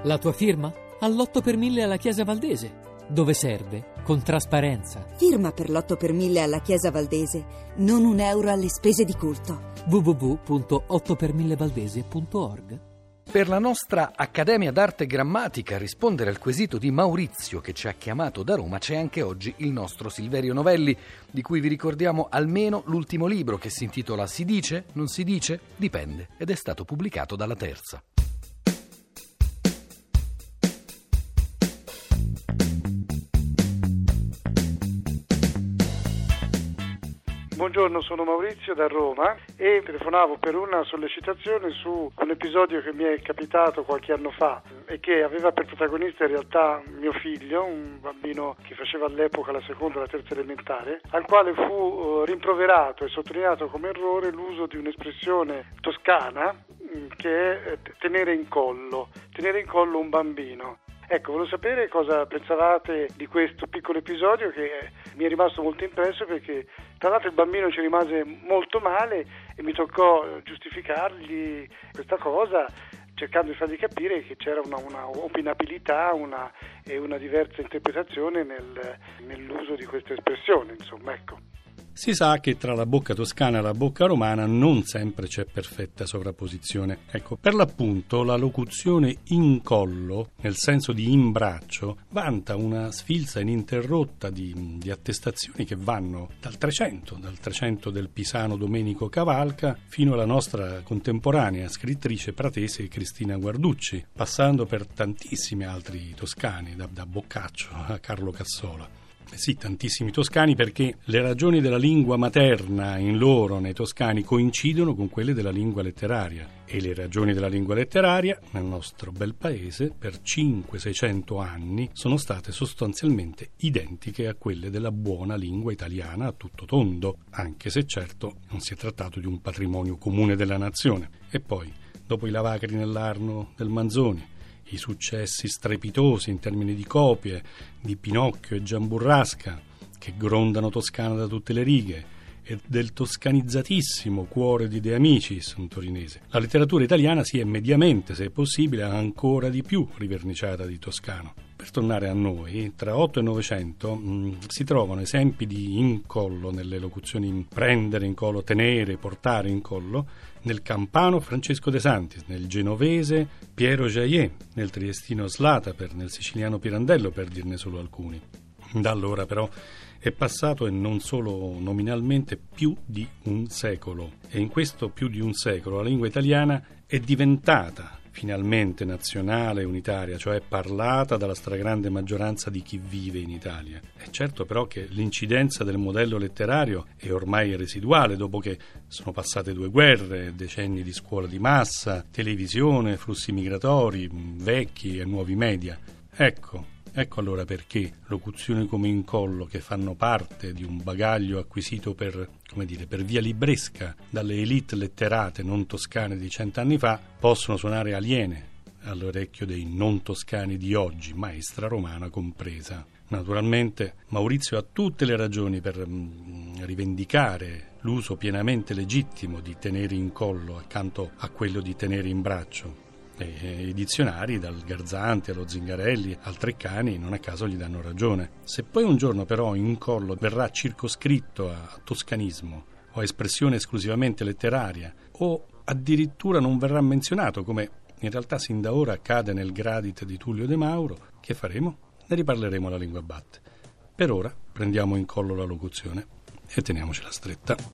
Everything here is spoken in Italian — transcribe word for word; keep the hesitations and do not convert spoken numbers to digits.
La tua firma? All'otto per mille alla Chiesa Valdese. Dove serve? Con trasparenza. Firma per l'otto per mille alla Chiesa Valdese. Non un euro alle spese di culto. w w w punto otto per mille valdese punto org. Per la nostra Accademia d'Arte e Grammatica, a rispondere al quesito di Maurizio che ci ha chiamato da Roma, c'è anche oggi il nostro Silverio Novelli, di cui vi ricordiamo almeno l'ultimo libro che si intitola Si dice? Non si dice? Dipende, ed è stato pubblicato dalla Terza. Buongiorno, sono Maurizio da Roma e telefonavo per una sollecitazione su un episodio che mi è capitato qualche anno fa e che aveva per protagonista in realtà mio figlio, un bambino che faceva all'epoca la seconda o la terza elementare, al quale fu rimproverato e sottolineato come errore l'uso di un'espressione toscana che è tenere in collo, tenere in collo un bambino. Ecco, volevo sapere cosa pensavate di questo piccolo episodio che mi è rimasto molto impresso, perché tra l'altro il bambino ci rimase molto male e mi toccò giustificargli questa cosa cercando di fargli capire che c'era una, una opinabilità una, e una diversa interpretazione nel, nell'uso di questa espressione, insomma, ecco. Si sa che tra la bocca toscana e la bocca romana non sempre c'è perfetta sovrapposizione. Ecco, per l'appunto la locuzione in collo, nel senso di in braccio, vanta una sfilza ininterrotta di, di attestazioni che vanno dal Trecento, dal Trecento del pisano Domenico Cavalca, fino alla nostra contemporanea scrittrice pratese Cristina Guarducci, passando per tantissimi altri toscani, da, da Boccaccio a Carlo Cassola. Eh sì, tantissimi toscani, perché le ragioni della lingua materna in loro, nei toscani, coincidono con quelle della lingua letteraria, e le ragioni della lingua letteraria nel nostro bel paese per cinquecento seicento anni sono state sostanzialmente identiche a quelle della buona lingua italiana a tutto tondo, anche se certo non si è trattato di un patrimonio comune della nazione. E poi, dopo i lavacri nell'Arno del Manzoni, i successi strepitosi in termini di copie di Pinocchio e Giamburrasca, che grondano Toscana da tutte le righe, e del toscanizzatissimo Cuore di De Amicis, un torinese, la letteratura italiana si è mediamente, se è possibile, ancora di più riverniciata di toscano. Per tornare a noi, tra otto e novecento mh, si trovano esempi di incollo nelle locuzioni prendere in collo, tenere, portare in collo, nel campano Francesco De Santis, nel genovese Piero Jaillet, nel triestino Slataper, nel siciliano Pirandello, per dirne solo alcuni. Da allora però è passato, e non solo nominalmente, più di un secolo, e in questo più di un secolo la lingua italiana è diventata finalmente nazionale e unitaria, cioè parlata dalla stragrande maggioranza di chi vive in Italia. È certo però che l'incidenza del modello letterario è ormai residuale, dopo che sono passate due guerre, decenni di scuola di massa, televisione, flussi migratori, vecchi e nuovi media. Ecco, ecco allora perché locuzioni come incollo, che fanno parte di un bagaglio acquisito per, come dire, per via libresca dalle elite letterate non toscane di cent'anni fa, possono suonare aliene all'orecchio dei non toscani di oggi, maestra romana compresa. Naturalmente Maurizio ha tutte le ragioni per mh, rivendicare l'uso pienamente legittimo di tenere in collo accanto a quello di tenere in braccio. E i dizionari, dal Garzanti allo Zingarelli al Treccani, non a caso gli danno ragione. Se poi un giorno però in collo verrà circoscritto a toscanismo o a espressione esclusivamente letteraria, o addirittura non verrà menzionato, come in realtà sin da ora accade nel Gradit di Tullio De Mauro, che faremo? Ne riparleremo alla Lingua Batte. Per ora prendiamo in collo la locuzione e teniamocela stretta.